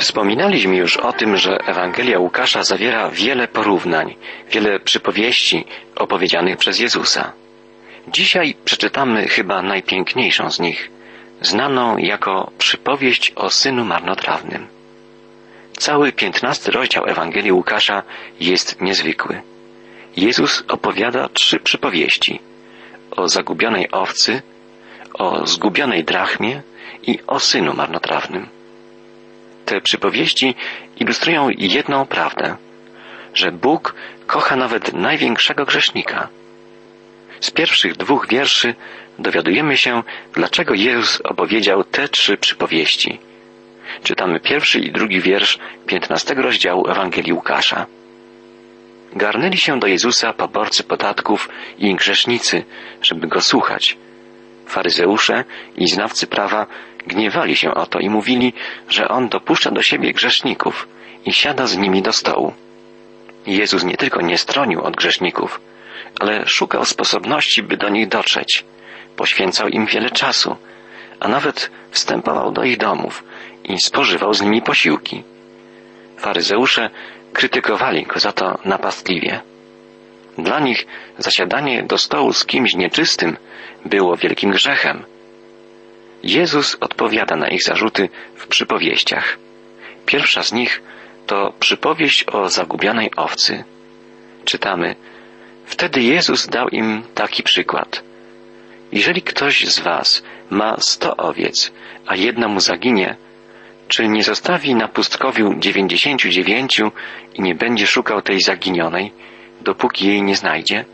Wspominaliśmy już o tym, że Ewangelia Łukasza zawiera wiele porównań, wiele przypowieści opowiedzianych przez Jezusa. Dzisiaj przeczytamy chyba najpiękniejszą z nich, znaną jako przypowieść o synu marnotrawnym. Cały 15 rozdział Ewangelii Łukasza jest niezwykły. Jezus opowiada 3 przypowieści: o zagubionej owcy, o zgubionej drachmie i o synu marnotrawnym. Te przypowieści ilustrują jedną prawdę, że Bóg kocha nawet największego grzesznika. Z pierwszych 2 wierszy dowiadujemy się, dlaczego Jezus opowiedział te 3 przypowieści. Czytamy 1. i 2. wiersz 15 rozdziału Ewangelii Łukasza. Garnęli się do Jezusa poborcy podatków i grzesznicy, żeby Go słuchać. Faryzeusze i znawcy prawa gniewali się o to i mówili, że On dopuszcza do siebie grzeszników i siada z nimi do stołu. Jezus nie tylko nie stronił od grzeszników, ale szukał sposobności, by do nich dotrzeć. Poświęcał im wiele czasu, a nawet wstępował do ich domów i spożywał z nimi posiłki. Faryzeusze krytykowali Go za to napastliwie. Dla nich zasiadanie do stołu z kimś nieczystym było wielkim grzechem. Jezus odpowiada na ich zarzuty w przypowieściach. Pierwsza z nich to przypowieść o zagubionej owcy. Czytamy: Wtedy Jezus dał im taki przykład. Jeżeli ktoś z was ma 100 owiec, a jedna mu zaginie, czy nie zostawi na pustkowiu 99 i nie będzie szukał tej zaginionej, dopóki jej nie znajdzie?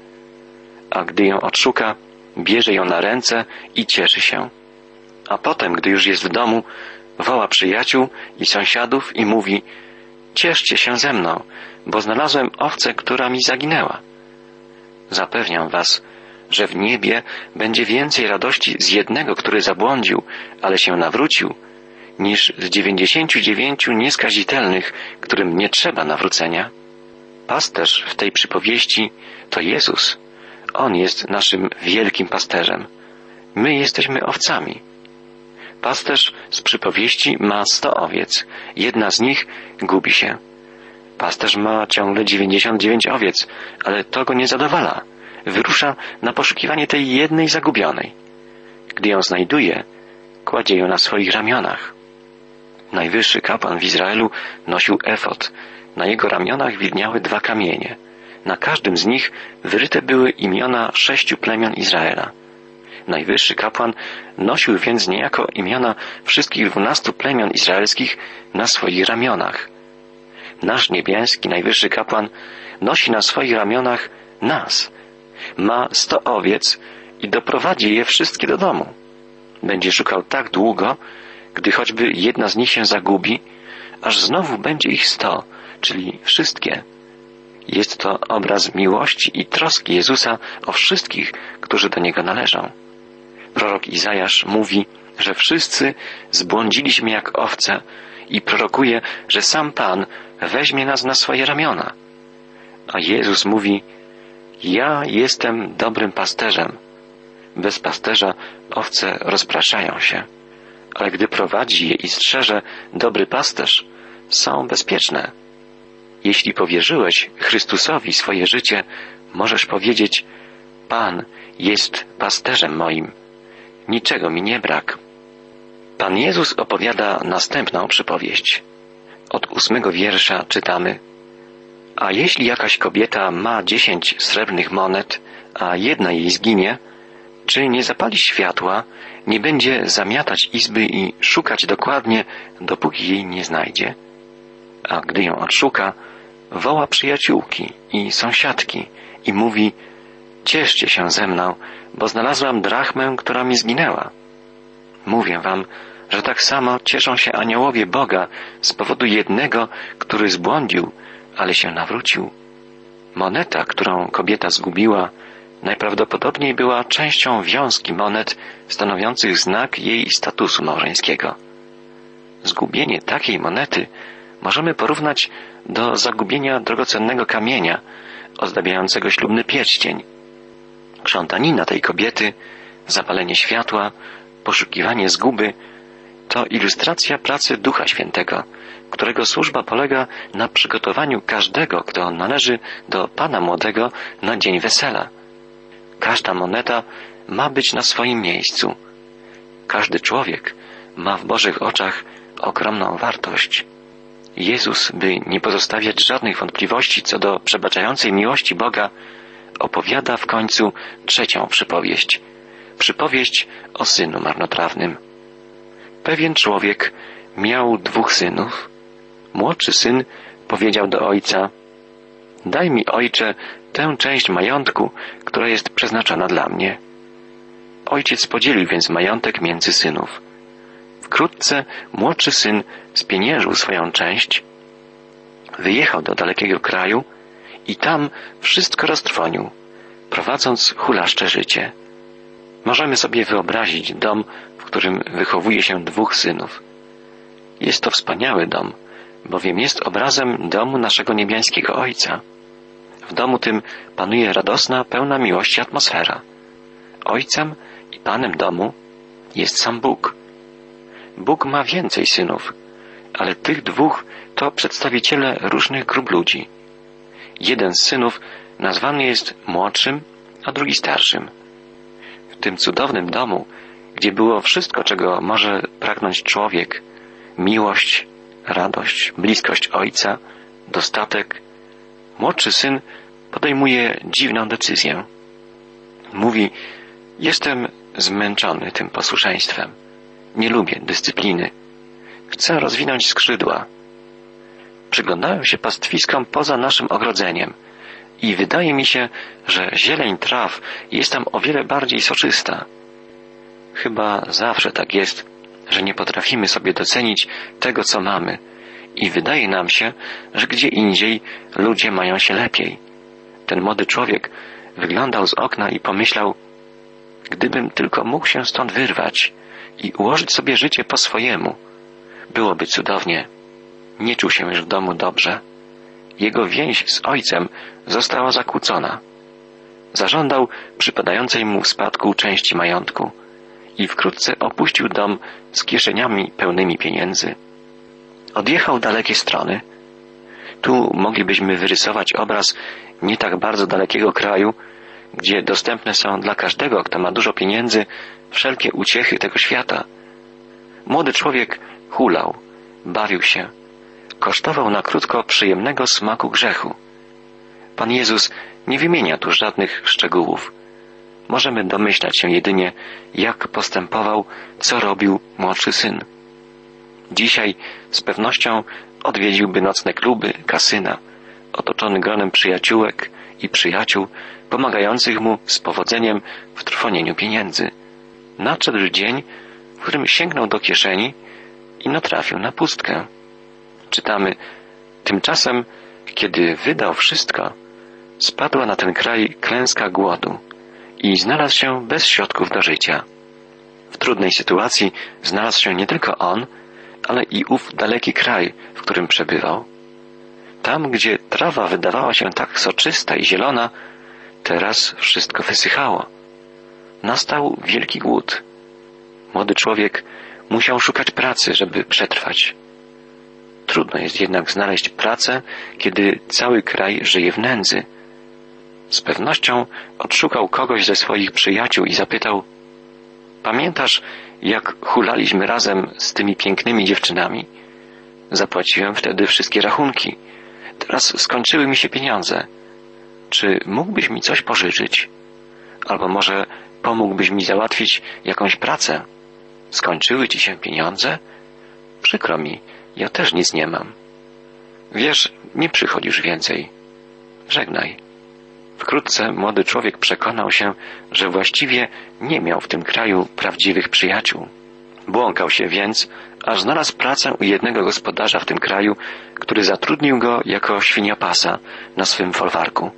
A gdy ją odszuka, bierze ją na ręce i cieszy się. A potem, gdy już jest w domu, woła przyjaciół i sąsiadów i mówi: Cieszcie się ze mną, bo znalazłem owcę, która mi zaginęła. Zapewniam was, że w niebie będzie więcej radości z jednego, który zabłądził, ale się nawrócił, niż z 99 nieskazitelnych, którym nie trzeba nawrócenia. Pasterz w tej przypowieści to Jezus. On jest naszym wielkim pasterzem. My jesteśmy owcami. Pasterz z przypowieści ma 100 owiec. Jedna z nich gubi się. Pasterz ma ciągle 99 owiec, ale to go nie zadowala. Wyrusza na poszukiwanie tej jednej zagubionej. Gdy ją znajduje, kładzie ją na swoich ramionach. Najwyższy kapłan w Izraelu nosił efod. Na jego ramionach widniały 2 kamienie. Na każdym z nich wyryte były imiona 6 plemion Izraela. Najwyższy kapłan nosił więc niejako imiona wszystkich 12 plemion izraelskich na swoich ramionach. Nasz niebiański najwyższy kapłan nosi na swoich ramionach nas. Ma 100 owiec i doprowadzi je wszystkie do domu. Będzie szukał tak długo, gdy choćby jedna z nich się zagubi, aż znowu będzie ich 100, czyli wszystkie. Jest to obraz miłości i troski Jezusa o wszystkich, którzy do Niego należą. Prorok Izajasz mówi, że wszyscy zbłądziliśmy jak owce i prorokuje, że sam Pan weźmie nas na swoje ramiona. A Jezus mówi: Ja jestem dobrym pasterzem. Bez pasterza owce rozpraszają się, ale gdy prowadzi je i strzeże dobry pasterz, są bezpieczne. Jeśli powierzyłeś Chrystusowi swoje życie, możesz powiedzieć: Pan jest pasterzem moim. Niczego mi nie brak. Pan Jezus opowiada następną przypowieść. Od 8 wiersza czytamy: A jeśli jakaś kobieta ma 10 srebrnych monet, a jedna jej zginie, czy nie zapali światła, nie będzie zamiatać izby i szukać dokładnie, dopóki jej nie znajdzie? A gdy ją odszuka, woła przyjaciółki i sąsiadki i mówi: Cieszcie się ze mną, bo znalazłam drachmę, która mi zginęła. Mówię wam, że tak samo cieszą się aniołowie Boga z powodu jednego, który zbłądził, ale się nawrócił. Moneta, którą kobieta zgubiła, najprawdopodobniej była częścią wiązki monet stanowiących znak jej statusu małżeńskiego. Zgubienie takiej monety możemy porównać do zagubienia drogocennego kamienia ozdabiającego ślubny pierścień. Krzątanina tej kobiety, zapalenie światła, poszukiwanie zguby to ilustracja pracy Ducha Świętego, którego służba polega na przygotowaniu każdego, kto należy do Pana młodego na dzień wesela. Każda moneta ma być na swoim miejscu. Każdy człowiek ma w Bożych oczach ogromną wartość. Jezus, by nie pozostawiać żadnych wątpliwości co do przebaczającej miłości Boga, opowiada w końcu trzecią przypowieść. Przypowieść o synu marnotrawnym. Pewien człowiek miał 2 synów. Młodszy syn powiedział do ojca: daj mi, ojcze, tę część majątku, która jest przeznaczona dla mnie. Ojciec podzielił więc majątek między synów. Wkrótce młodszy syn spieniężył swoją część, wyjechał do dalekiego kraju i tam wszystko roztrwonił, prowadząc hulaszcze życie. Możemy sobie wyobrazić dom, w którym wychowuje się 2 synów. Jest to wspaniały dom, bowiem jest obrazem domu naszego niebiańskiego Ojca. W domu tym panuje radosna, pełna miłości atmosfera. Ojcem i Panem domu jest sam Bóg. Bóg ma więcej synów, ale tych 2 to przedstawiciele różnych grup ludzi. Jeden z synów nazwany jest młodszym, a drugi starszym. W tym cudownym domu, gdzie było wszystko, czego może pragnąć człowiek, miłość, radość, bliskość Ojca, dostatek, młodszy syn podejmuje dziwną decyzję. Mówi: jestem zmęczony tym posłuszeństwem. Nie lubię dyscypliny. Chcę rozwinąć skrzydła. Przyglądałem się pastwiskom poza naszym ogrodzeniem i wydaje mi się, że zieleń traw jest tam o wiele bardziej soczysta. Chyba zawsze tak jest, że nie potrafimy sobie docenić tego, co mamy i wydaje nam się, że gdzie indziej ludzie mają się lepiej. Ten młody człowiek wyglądał z okna i pomyślał: gdybym tylko mógł się stąd wyrwać i ułożyć sobie życie po swojemu, byłoby cudownie. Nie czuł się już w domu dobrze. Jego więź z ojcem została zakłócona. Zażądał przypadającej mu w spadku części majątku i wkrótce opuścił dom z kieszeniami pełnymi pieniędzy. Odjechał dalekie strony. Tu moglibyśmy wyrysować obraz nie tak bardzo dalekiego kraju, gdzie dostępne są dla każdego, kto ma dużo pieniędzy, wszelkie uciechy tego świata. Młody człowiek hulał, bawił się, kosztował na krótko przyjemnego smaku grzechu. Pan Jezus nie wymienia tu żadnych szczegółów. Możemy domyślać się jedynie, jak postępował, co robił młodszy syn. Dzisiaj z pewnością odwiedziłby nocne kluby, kasyna, otoczony gronem przyjaciółek i przyjaciół, pomagających mu z powodzeniem w trwonieniu pieniędzy. Nadszedł dzień, w którym sięgnął do kieszeni i natrafił na pustkę. Czytamy: tymczasem, kiedy wydał wszystko, spadła na ten kraj klęska głodu i znalazł się bez środków do życia. W trudnej sytuacji znalazł się nie tylko on, ale i ów daleki kraj, w którym przebywał. Tam, gdzie trawa wydawała się tak soczysta i zielona, teraz wszystko wysychało. Nastał wielki głód. Młody człowiek musiał szukać pracy, żeby przetrwać. Trudno jest jednak znaleźć pracę, kiedy cały kraj żyje w nędzy. Z pewnością odszukał kogoś ze swoich przyjaciół i zapytał: pamiętasz, jak hulaliśmy razem z tymi pięknymi dziewczynami? Zapłaciłem wtedy wszystkie rachunki. Teraz skończyły mi się pieniądze. Czy mógłbyś mi coś pożyczyć? Albo może pomógłbyś mi załatwić jakąś pracę? Skończyły ci się pieniądze? Przykro mi, ja też nic nie mam. Wiesz, nie przychodzisz więcej. Żegnaj. Wkrótce młody człowiek przekonał się, że właściwie nie miał w tym kraju prawdziwych przyjaciół. Błąkał się więc, aż znalazł pracę u jednego gospodarza w tym kraju, który zatrudnił go jako świniopasa na swym folwarku.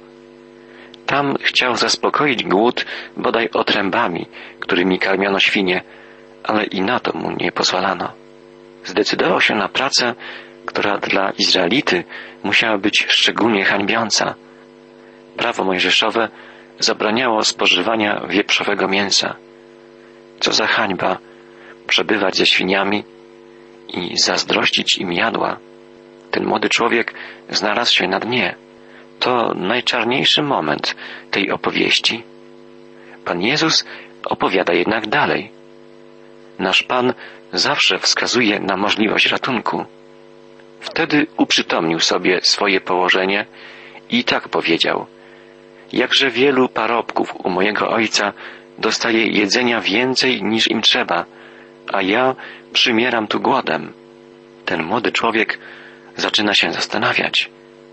Tam chciał zaspokoić głód bodaj otrębami, którymi karmiono świnie, ale i na to mu nie pozwalano. Zdecydował się na pracę, która dla Izraelity musiała być szczególnie hańbiąca. Prawo mojżeszowe zabraniało spożywania wieprzowego mięsa. Co za hańba przebywać ze świniami i zazdrościć im jadła. Ten młody człowiek znalazł się na dnie. To najczarniejszy moment tej opowieści. Pan Jezus opowiada jednak dalej. Nasz Pan zawsze wskazuje na możliwość ratunku. Wtedy uprzytomnił sobie swoje położenie i tak powiedział: jakże wielu parobków u mojego Ojca dostaje jedzenia więcej niż im trzeba, a ja przymieram tu głodem. Ten młody człowiek zaczyna się zastanawiać.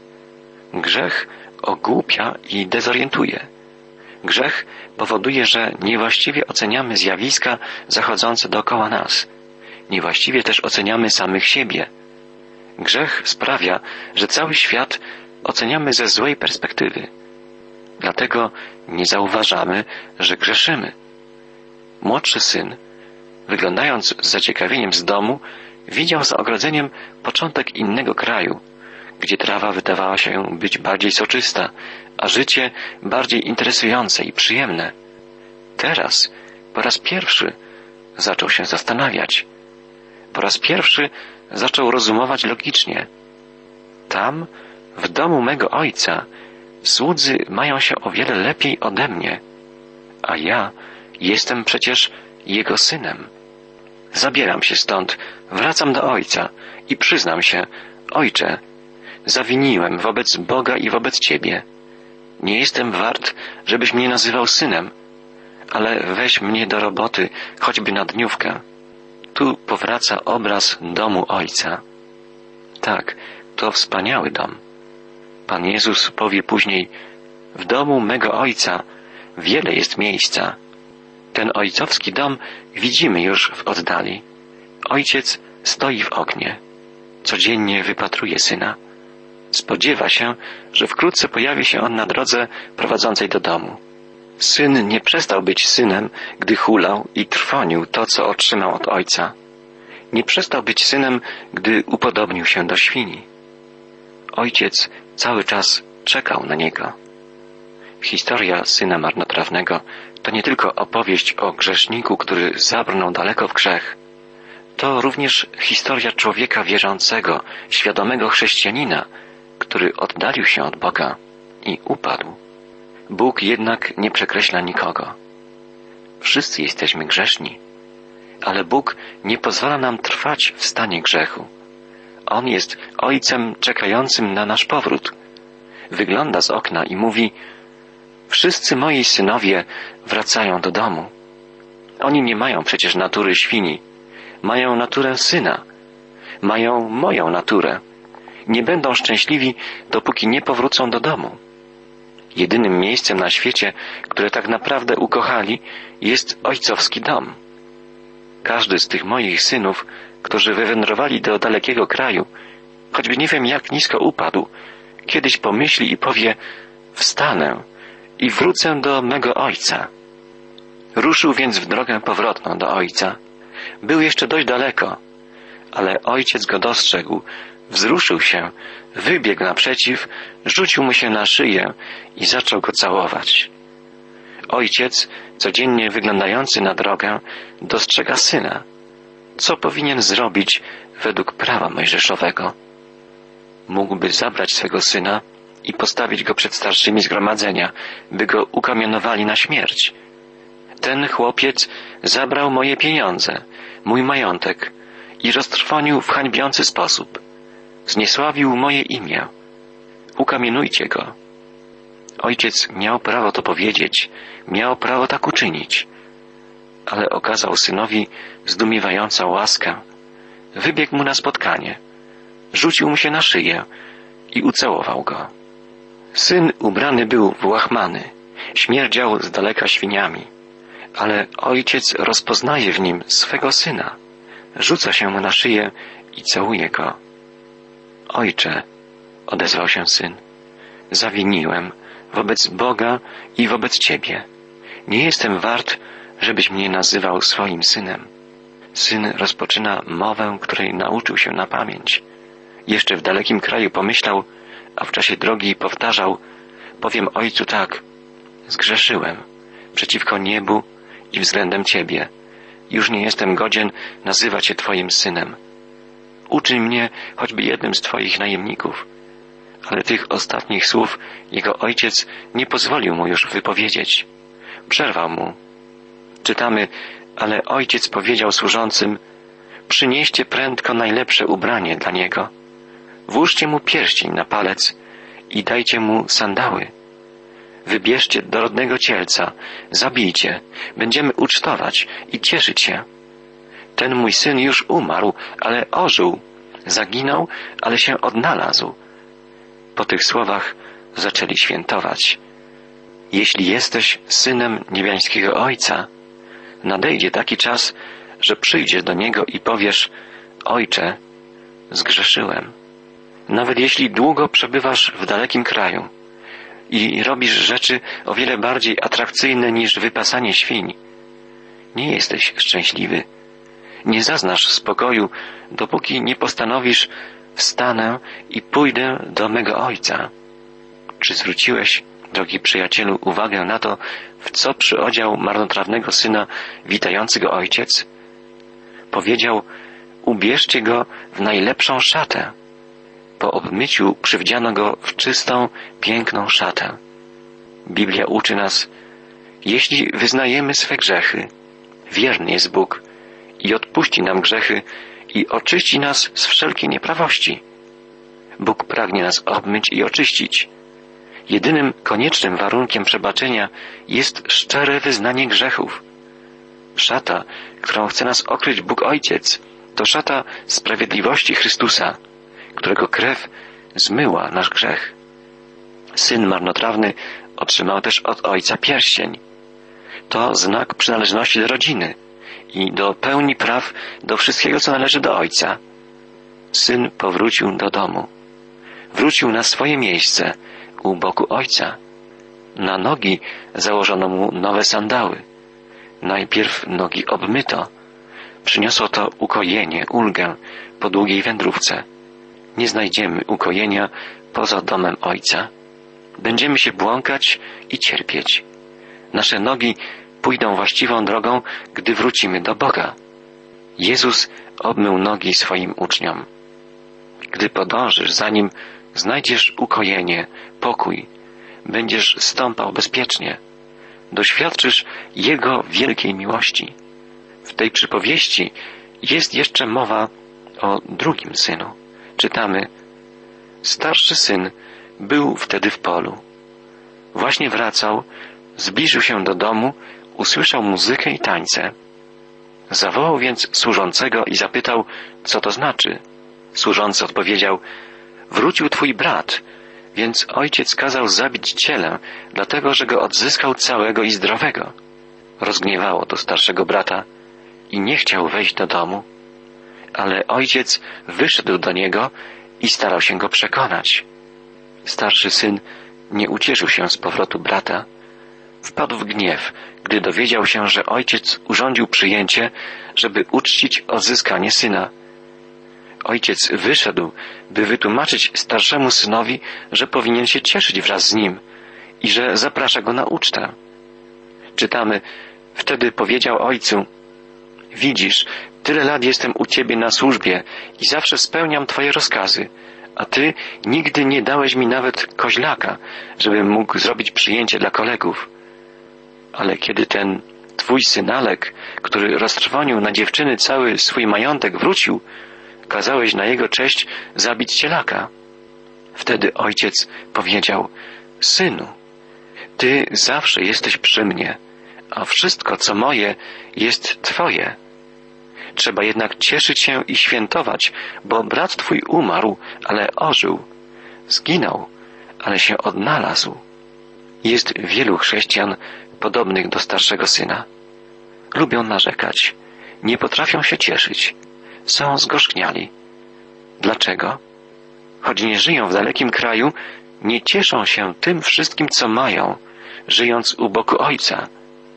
Grzech ogłupia i dezorientuje. Grzech powoduje, że niewłaściwie oceniamy zjawiska zachodzące dookoła nas. Niewłaściwie też oceniamy samych siebie. Grzech sprawia, że cały świat oceniamy ze złej perspektywy. Dlatego nie zauważamy, że grzeszymy. Młodszy syn, wyglądając z zaciekawieniem z domu, widział za ogrodzeniem początek innego kraju, gdzie trawa wydawała się być bardziej soczysta, a życie bardziej interesujące i przyjemne. Teraz, po raz pierwszy, zaczął się zastanawiać. Po raz pierwszy zaczął rozumować logicznie. Tam, w domu mego Ojca, słudzy mają się o wiele lepiej ode mnie, a ja jestem przecież Jego synem. Zabieram się stąd, wracam do Ojca i przyznam się: Ojcze, zawiniłem wobec Boga i wobec Ciebie. Nie jestem wart, żebyś mnie nazywał synem, ale weź mnie do roboty, choćby na dniówkę. Tu powraca obraz domu Ojca. Tak, to wspaniały dom. Pan Jezus powie później: w domu mego Ojca wiele jest miejsca. Ten ojcowski dom widzimy już w oddali. Ojciec stoi w oknie. Codziennie wypatruje syna. Spodziewa się, że wkrótce pojawi się on na drodze prowadzącej do domu. Syn nie przestał być synem, gdy hulał i trwonił to, co otrzymał od ojca. Nie przestał być synem, gdy upodobnił się do świni. Ojciec cały czas czekał na niego. Historia syna marnotrawnego to nie tylko opowieść o grzeszniku, który zabrnął daleko w grzech. To również historia człowieka wierzącego, świadomego chrześcijanina, który oddalił się od Boga i upadł. Bóg jednak nie przekreśla nikogo. Wszyscy jesteśmy grzeszni, ale Bóg nie pozwala nam trwać w stanie grzechu. On jest Ojcem czekającym na nasz powrót. Wygląda z okna i mówi: wszyscy moi synowie wracają do domu. Oni nie mają przecież natury świni. Mają naturę syna. Mają moją naturę. Nie będą szczęśliwi, dopóki nie powrócą do domu. Jedynym miejscem na świecie, które tak naprawdę ukochali, jest ojcowski dom. Każdy z tych moich synów, którzy wywędrowali do dalekiego kraju, choćby nie wiem jak nisko upadł, kiedyś pomyśli i powie: wstanę i wrócę do mego ojca. Ruszył więc w drogę powrotną do ojca. Był jeszcze dość daleko, ale ojciec go dostrzegł, wzruszył się, wybiegł naprzeciw, rzucił mu się na szyję i zaczął go całować. Ojciec, codziennie wyglądający na drogę, dostrzega syna. Co powinien zrobić według prawa mojżeszowego? Mógłby zabrać swego syna i postawić go przed starszymi zgromadzenia, by go ukamienowali na śmierć. Ten chłopiec zabrał moje pieniądze, mój majątek i roztrwonił w hańbiący sposób. Zniesławił moje imię. Ukamienujcie go. Ojciec miał prawo to powiedzieć, miał prawo tak uczynić, ale okazał synowi zdumiewającą łaskę. Wybiegł mu na spotkanie, rzucił mu się na szyję i ucałował go. Syn ubrany był w łachmany, śmierdział z daleka świniami, ale ojciec rozpoznaje w nim swego syna. Rzuca się mu na szyję i całuje go. Ojcze, odezwał się syn, zawiniłem wobec Boga i wobec Ciebie. Nie jestem wart, żebyś mnie nazywał swoim synem. Syn rozpoczyna mowę, której nauczył się na pamięć. Jeszcze w dalekim kraju pomyślał, a w czasie drogi powtarzał: powiem ojcu tak: zgrzeszyłem przeciwko niebu i względem Ciebie. Już nie jestem godzien nazywać się Twoim synem. uczyń mnie choćby jednym z Twoich najemników. Ale tych ostatnich słów jego ojciec nie pozwolił mu już wypowiedzieć. Przerwał mu. Czytamy, ale ojciec powiedział służącym: przynieście prędko najlepsze ubranie dla niego. Włóżcie mu pierścień na palec i dajcie mu sandały. Wybierzcie dorodnego cielca, zabijcie, będziemy ucztować i cieszyć się. Ten mój syn już umarł, ale ożył. Zaginął, ale się odnalazł. Po tych słowach zaczęli świętować. Jeśli jesteś synem niebiańskiego Ojca, nadejdzie taki czas, że przyjdziesz do Niego i powiesz: Ojcze, zgrzeszyłem. Nawet jeśli długo przebywasz w dalekim kraju i robisz rzeczy o wiele bardziej atrakcyjne niż wypasanie świń, nie jesteś szczęśliwy. Nie zaznasz spokoju, dopóki nie postanowisz: wstanę i pójdę do mego Ojca. Czy zwróciłeś, drogi przyjacielu, uwagę na to, w co przyodział marnotrawnego syna witający go ojciec? Powiedział: ubierzcie go w najlepszą szatę. Po obmyciu przywdziano go w czystą, piękną szatę. Biblia uczy nas: jeśli wyznajemy swe grzechy, wierny jest Bóg i odpuści nam grzechy i oczyści nas z wszelkiej nieprawości. Bóg pragnie nas obmyć i oczyścić. Jedynym koniecznym warunkiem przebaczenia jest szczere wyznanie grzechów. Szata, którą chce nas okryć Bóg Ojciec, to szata sprawiedliwości Chrystusa, którego krew zmyła nasz grzech. Syn marnotrawny otrzymał też od Ojca pierścień. To znak przynależności do rodziny i do pełni praw do wszystkiego, co należy do Ojca. Syn powrócił do domu. Wrócił na swoje miejsce u boku Ojca. Na nogi założono mu nowe sandały. Najpierw nogi obmyto. Przyniosło to ukojenie, ulgę po długiej wędrówce. Nie znajdziemy ukojenia poza domem Ojca. Będziemy się błąkać i cierpieć. Nasze nogi pójdą właściwą drogą, gdy wrócimy do Boga. Jezus obmył nogi swoim uczniom. Gdy podążysz za Nim, znajdziesz ukojenie, pokój. Będziesz stąpał bezpiecznie. Doświadczysz Jego wielkiej miłości. W tej przypowieści jest jeszcze mowa o drugim synu. Czytamy: starszy syn był wtedy w polu. Właśnie wracał, zbliżył się do domu, usłyszał muzykę i tańce. Zawołał więc służącego i zapytał, co to znaczy. Służący odpowiedział: wrócił twój brat, więc ojciec kazał zabić cielę, dlatego że go odzyskał całego i zdrowego. Rozgniewało to starszego brata i nie chciał wejść do domu, ale ojciec wyszedł do niego i starał się go przekonać. Starszy syn nie ucieszył się z powrotu brata. Wpadł w gniew, gdy dowiedział się, że ojciec urządził przyjęcie, żeby uczcić odzyskanie syna. Ojciec wyszedł, by wytłumaczyć starszemu synowi, że powinien się cieszyć wraz z nim i że zaprasza go na ucztę. Czytamy: wtedy powiedział ojcu: widzisz, tyle lat jestem u ciebie na służbie i zawsze spełniam twoje rozkazy, a ty nigdy nie dałeś mi nawet koźlaka, żebym mógł zrobić przyjęcie dla kolegów. Ale kiedy ten twój synalek, który roztrwonił na dziewczyny cały swój majątek, wrócił, kazałeś na jego cześć zabić cielaka. Wtedy ojciec powiedział: synu, ty zawsze jesteś przy mnie, a wszystko, co moje, jest twoje. Trzeba jednak cieszyć się i świętować, bo brat twój umarł, ale ożył. Zginął, ale się odnalazł. Jest wielu chrześcijan podobnych do starszego syna. Lubią narzekać, nie potrafią się cieszyć, są zgorzkniali. Dlaczego? Choć nie żyją w dalekim kraju, nie cieszą się tym wszystkim, co mają, żyjąc u boku Ojca.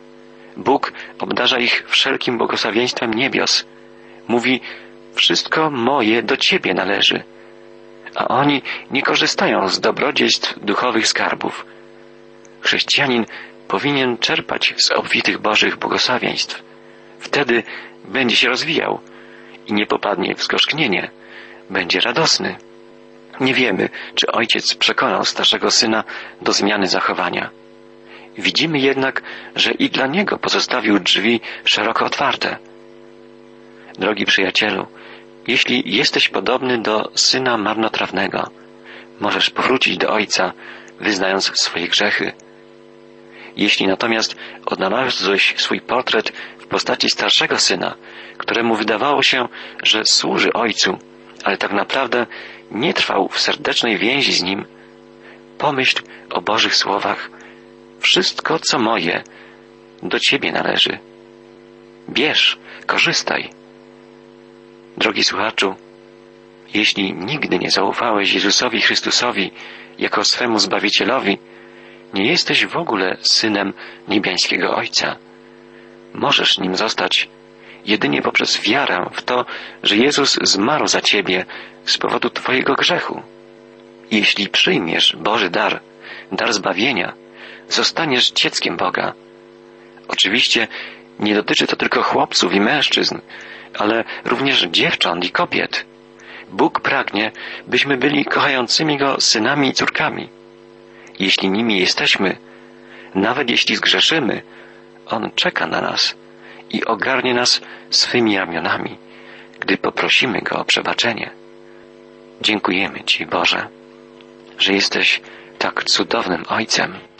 Bóg obdarza ich wszelkim błogosławieństwem niebios. Mówi: wszystko moje do Ciebie należy. A oni nie korzystają z dobrodziejstw duchowych skarbów. Chrześcijanin powinien czerpać z obfitych Bożych błogosławieństw. Wtedy będzie się rozwijał i nie popadnie w zgorzknienie, będzie radosny. Nie wiemy, czy ojciec przekonał starszego syna do zmiany zachowania. Widzimy jednak, że i dla niego pozostawił drzwi szeroko otwarte. Drogi przyjacielu, jeśli jesteś podobny do syna marnotrawnego, możesz powrócić do ojca, wyznając swoje grzechy. Jeśli natomiast odnalazłeś swój portret w postaci starszego syna, któremu wydawało się, że służy ojcu, ale tak naprawdę nie trwał w serdecznej więzi z nim, pomyśl o Bożych słowach: wszystko, co moje, do Ciebie należy. Bierz, korzystaj. Drogi słuchaczu, jeśli nigdy nie zaufałeś Jezusowi Chrystusowi jako swemu Zbawicielowi, nie jesteś w ogóle synem niebiańskiego Ojca. Możesz nim zostać jedynie poprzez wiarę w to, że Jezus zmarł za Ciebie z powodu Twojego grzechu. Jeśli przyjmiesz Boży dar, dar zbawienia, zostaniesz dzieckiem Boga. Oczywiście nie dotyczy to tylko chłopców i mężczyzn, ale również dziewcząt i kobiet. Bóg pragnie, byśmy byli kochającymi Go synami i córkami. Jeśli nimi jesteśmy, nawet jeśli zgrzeszymy, On czeka na nas i ogarnie nas swymi ramionami, gdy poprosimy Go o przebaczenie. Dziękujemy Ci, Boże, że jesteś tak cudownym Ojcem.